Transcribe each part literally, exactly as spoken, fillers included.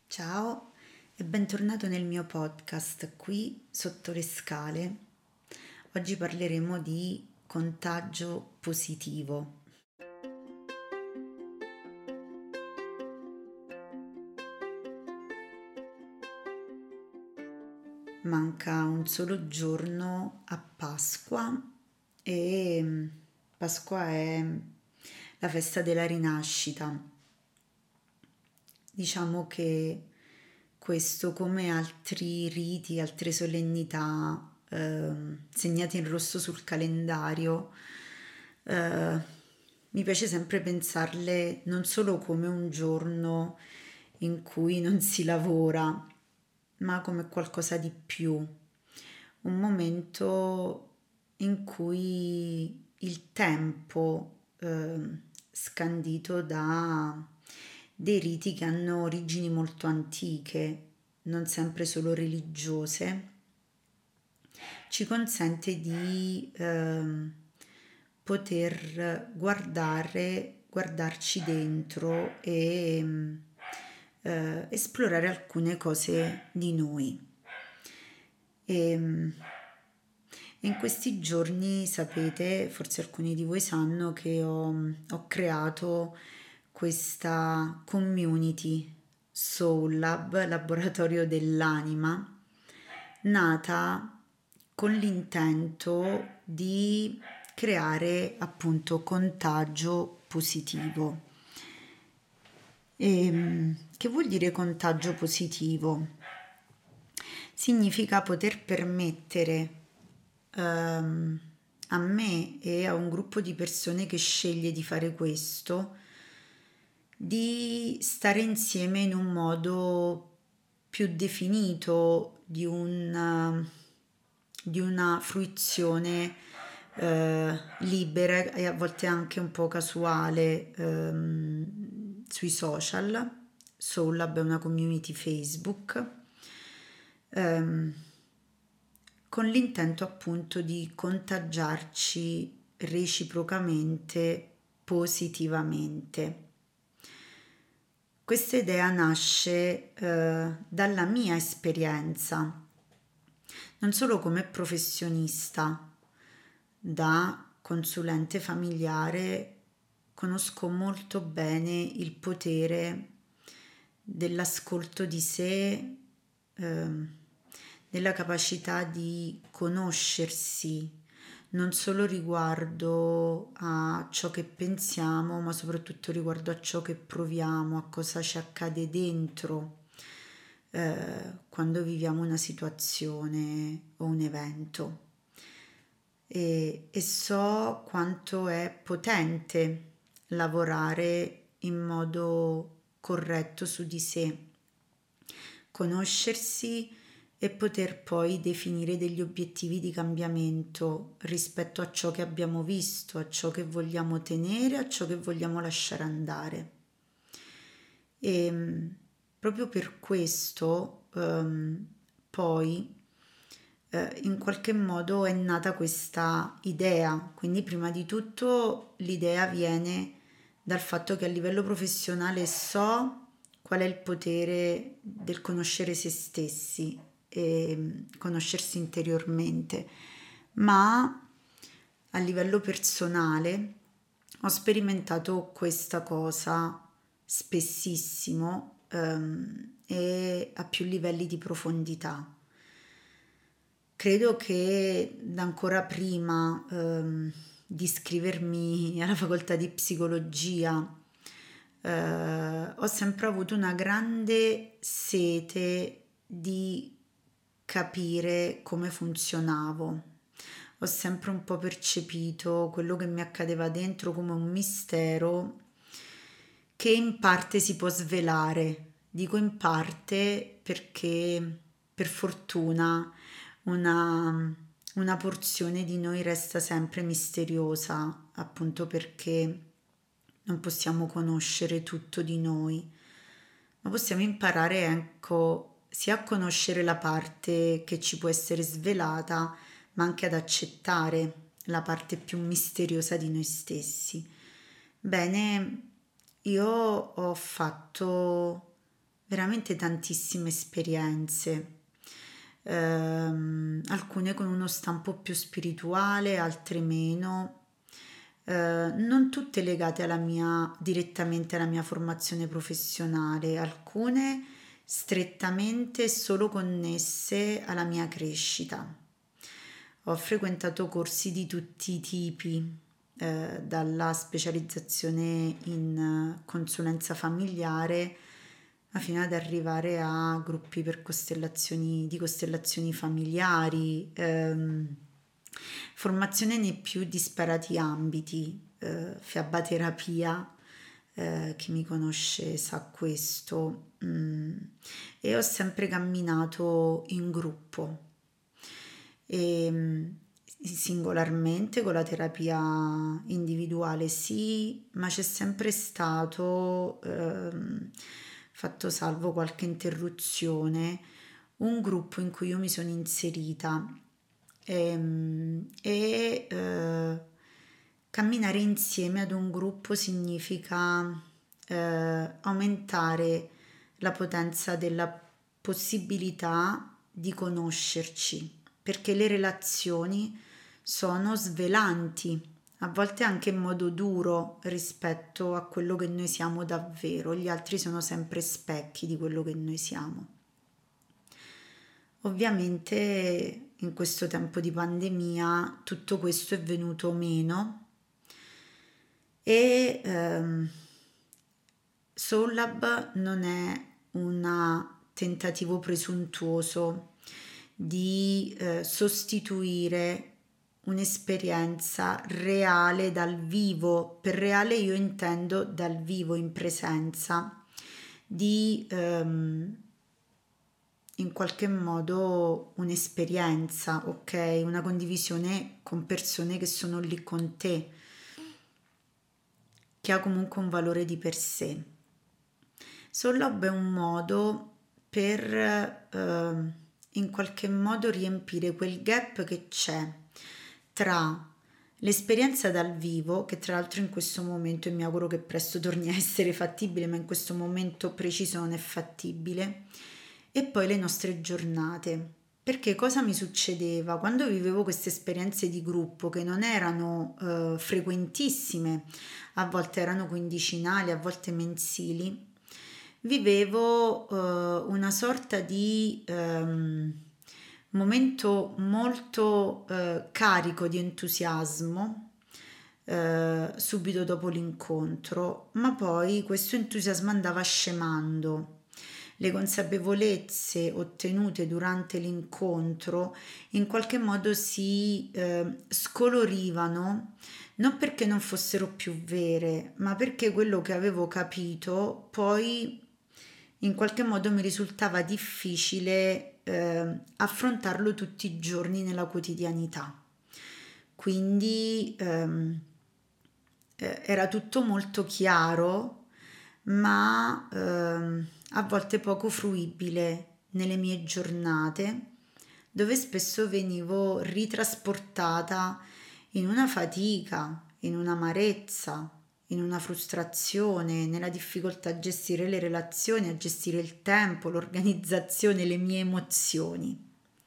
Ciao e bentornato nel mio podcast qui sotto le scale. Oggi parleremo di contagio positivo. Manca un solo giorno a Pasqua e Pasqua è la festa della rinascita. Diciamo che questo, come altri riti, altre solennità eh, segnate in rosso sul calendario, eh, mi piace sempre pensarle non solo come un giorno in cui non si lavora, ma come qualcosa di più, un momento in cui il tempo eh, scandito da dei riti che hanno origini molto antiche, non sempre solo religiose, ci consente di ehm, poter guardare, guardarci dentro e eh, esplorare alcune cose di noi. E, in questi giorni sapete, forse alcuni di voi sanno che ho, ho creato questa community Soul Lab, laboratorio dell'anima, nata con l'intento di creare appunto contagio positivo. E, che vuol dire contagio positivo? Significa poter permettere ehm, a me e a un gruppo di persone che sceglie di fare questo di stare insieme in un modo più definito di una, di una fruizione eh, libera e a volte anche un po' casuale ehm, sui social. Soul Lab è una community Facebook ehm, con l'intento appunto di contagiarci reciprocamente positivamente. Questa idea nasce eh, dalla mia esperienza, non solo come professionista, da consulente familiare conosco molto bene il potere dell'ascolto di sé, ehm, della capacità di conoscersi non solo riguardo a ciò che pensiamo, ma soprattutto riguardo a ciò che proviamo, a cosa ci accade dentro eh, quando viviamo una situazione o un evento. E, e so quanto è potente lavorare in modo corretto su di sé, conoscersi e poter poi definire degli obiettivi di cambiamento rispetto a ciò che abbiamo visto, a ciò che vogliamo tenere, a ciò che vogliamo lasciare andare. E proprio per questo um, poi eh, in qualche modo è nata questa idea, quindi prima di tutto l'idea viene dal fatto che a livello professionale so qual è il potere del conoscere se stessi e conoscersi interiormente, ma a livello personale ho sperimentato questa cosa spessissimo ehm, e a più livelli di profondità. Credo che da ancora prima ehm, di iscrivermi alla facoltà di psicologia eh, ho sempre avuto una grande sete di capire come funzionavo. Ho sempre un po' percepito quello che mi accadeva dentro come un mistero che in parte si può svelare. Dico in parte perché per fortuna una, una porzione di noi resta sempre misteriosa, appunto perché non possiamo conoscere tutto di noi, ma possiamo imparare, ecco, sia a conoscere la parte che ci può essere svelata, ma anche ad accettare la parte più misteriosa di noi stessi. Bene, io ho fatto veramente tantissime esperienze, ehm, alcune con uno stampo più spirituale, altre meno, eh, non tutte legate alla mia, direttamente alla mia formazione professionale, alcune strettamente solo connesse alla mia crescita. Ho frequentato corsi di tutti i tipi, eh, dalla specializzazione in eh, consulenza familiare ma fino ad arrivare a gruppi per costellazioni, di costellazioni familiari, ehm, formazione nei più disparati ambiti, eh, fiabaterapia, eh, chi mi conosce sa questo, mm, e ho sempre camminato in gruppo e mm, singolarmente con la terapia individuale sì, ma c'è sempre stato, ehm, fatto salvo qualche interruzione, un gruppo in cui io mi sono inserita ehm, e eh, camminare insieme ad un gruppo significa eh, aumentare la potenza della possibilità di conoscerci, perché le relazioni sono svelanti, a volte anche in modo duro rispetto a quello che noi siamo davvero, gli altri sono sempre specchi di quello che noi siamo. Ovviamente in questo tempo di pandemia tutto questo è venuto meno e ehm, Soul Lab non è un tentativo presuntuoso di eh, sostituire un'esperienza reale dal vivo. Per reale io intendo dal vivo, in presenza, di ehm, in qualche modo un'esperienza, ok? Una condivisione con persone che sono lì con te, che ha comunque un valore di per sé. Soul Lab è un modo per eh, in qualche modo riempire quel gap che c'è tra l'esperienza dal vivo, che tra l'altro in questo momento, e mi auguro che presto torni a essere fattibile, ma in questo momento preciso non è fattibile, e poi le nostre giornate. Perché cosa mi succedeva? Quando vivevo queste esperienze di gruppo che non erano eh, frequentissime, a volte erano quindicinali, a volte mensili, vivevo eh, una sorta di ehm, momento molto eh, carico di entusiasmo eh, subito dopo l'incontro, ma poi questo entusiasmo andava scemando. Le consapevolezze ottenute durante l'incontro in qualche modo si eh, scolorivano, non perché non fossero più vere, ma perché quello che avevo capito poi in qualche modo mi risultava difficile eh, affrontarlo tutti i giorni nella quotidianità. Quindi ehm, eh, era tutto molto chiaro, ma ehm, a volte poco fruibile nelle mie giornate, dove spesso venivo ritrasportata in una fatica, in un'amarezza, in una frustrazione, nella difficoltà a gestire le relazioni, a gestire il tempo, l'organizzazione, le mie emozioni.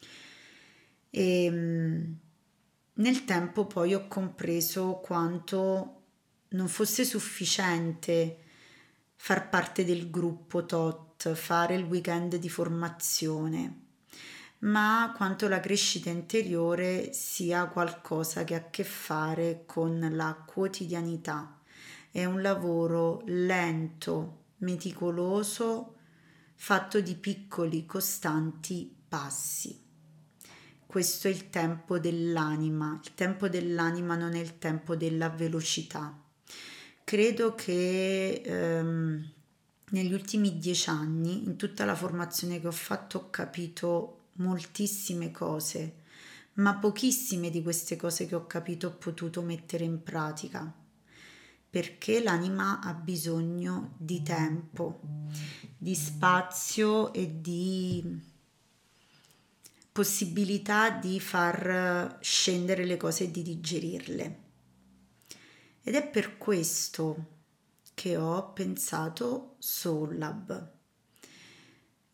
E mm, nel tempo poi ho compreso quanto non fosse sufficiente far parte del gruppo T O T, fare il weekend di formazione, ma quanto la crescita interiore sia qualcosa che ha a che fare con la quotidianità. È un lavoro lento, meticoloso, fatto di piccoli, costanti passi. Questo è il tempo dell'anima. Il tempo dell'anima non è il tempo della velocità. Credo che ehm, negli ultimi dieci anni, in tutta la formazione che ho fatto, ho capito moltissime cose, ma pochissime di queste cose che ho capito ho potuto mettere in pratica, perché l'anima ha bisogno di tempo, di spazio e di possibilità di far scendere le cose e di digerirle. Ed è per questo che ho pensato Soul Lab.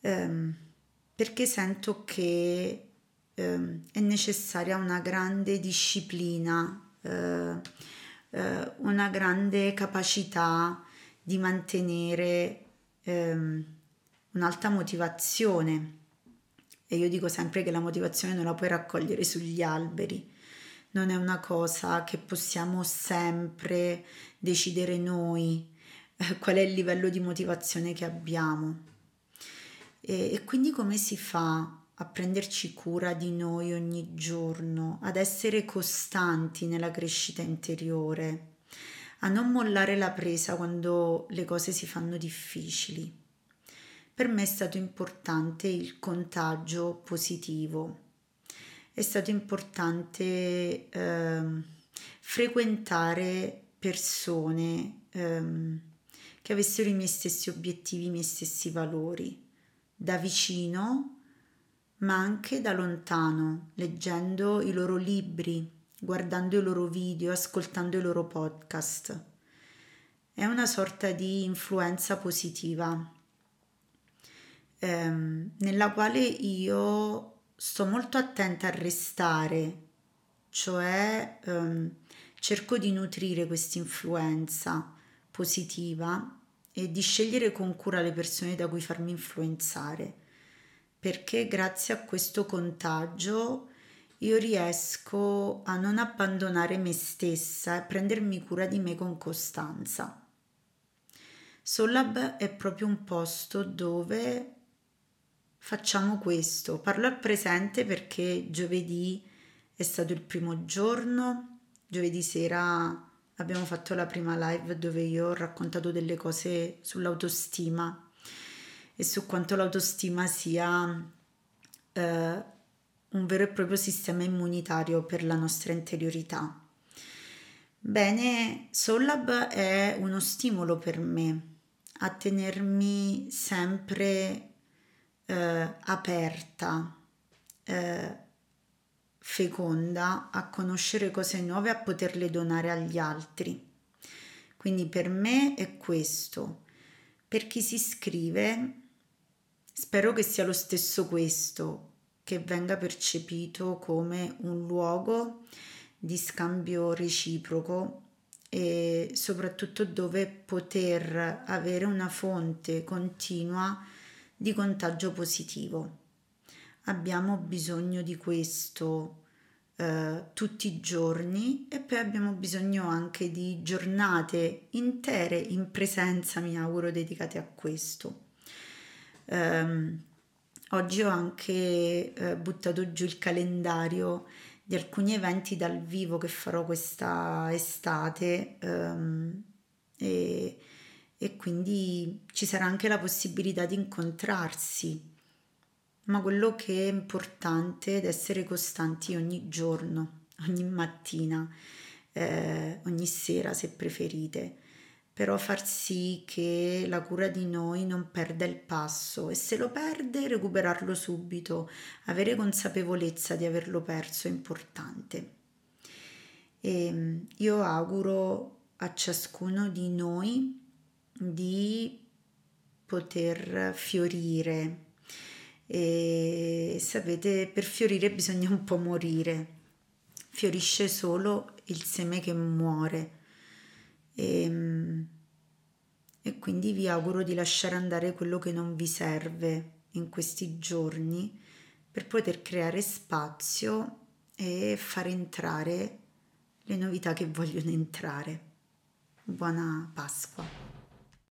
ehm, perché sento che ehm, è necessaria una grande disciplina, eh, eh, una grande capacità di mantenere ehm, un'alta motivazione. E io dico sempre che la motivazione non la puoi raccogliere sugli alberi, non è una cosa che possiamo sempre decidere noi eh, qual è il livello di motivazione che abbiamo. E, e quindi come si fa a prenderci cura di noi ogni giorno, ad essere costanti nella crescita interiore, a non mollare la presa quando le cose si fanno difficili? Per me è stato importante il contagio positivo, è stato importante ehm, frequentare persone ehm, che avessero i miei stessi obiettivi, i miei stessi valori, da vicino, ma anche da lontano, leggendo i loro libri, guardando i loro video, ascoltando i loro podcast. È una sorta di influenza positiva ehm, nella quale io sto molto attenta a restare, cioè ehm, cerco di nutrire questa influenza positiva e di scegliere con cura le persone da cui farmi influenzare, perché grazie a questo contagio io riesco a non abbandonare me stessa e a prendermi cura di me con costanza. Sollab è proprio un posto dove facciamo questo. Parlo al presente perché giovedì è stato il primo giorno, giovedì sera abbiamo fatto la prima live dove io ho raccontato delle cose sull'autostima e su quanto l'autostima sia eh, un vero e proprio sistema immunitario per la nostra interiorità. Bene, Sollab è uno stimolo per me a tenermi sempre eh, aperta, eh, feconda, a conoscere cose nuove, a poterle donare agli altri. Quindi per me è questo. Per chi si iscrive, spero che sia lo stesso questo, che venga percepito come un luogo di scambio reciproco e soprattutto dove poter avere una fonte continua di contagio positivo. Abbiamo bisogno di questo eh, tutti i giorni e poi abbiamo bisogno anche di giornate intere in presenza, mi auguro, dedicate a questo. Um, oggi ho anche eh, buttato giù il calendario di alcuni eventi dal vivo che farò questa estate um, e, e quindi ci sarà anche la possibilità di incontrarsi, ma quello che è importante è essere costanti ogni giorno, ogni mattina, eh, ogni sera se preferite, però far sì che la cura di noi non perda il passo e se lo perde recuperarlo subito, avere consapevolezza di averlo perso è importante. E io auguro a ciascuno di noi di poter fiorire e sapete, per fiorire bisogna un po' morire, fiorisce solo il seme che muore. E, e quindi vi auguro di lasciare andare quello che non vi serve in questi giorni per poter creare spazio e far entrare le novità che vogliono entrare. Buona Pasqua.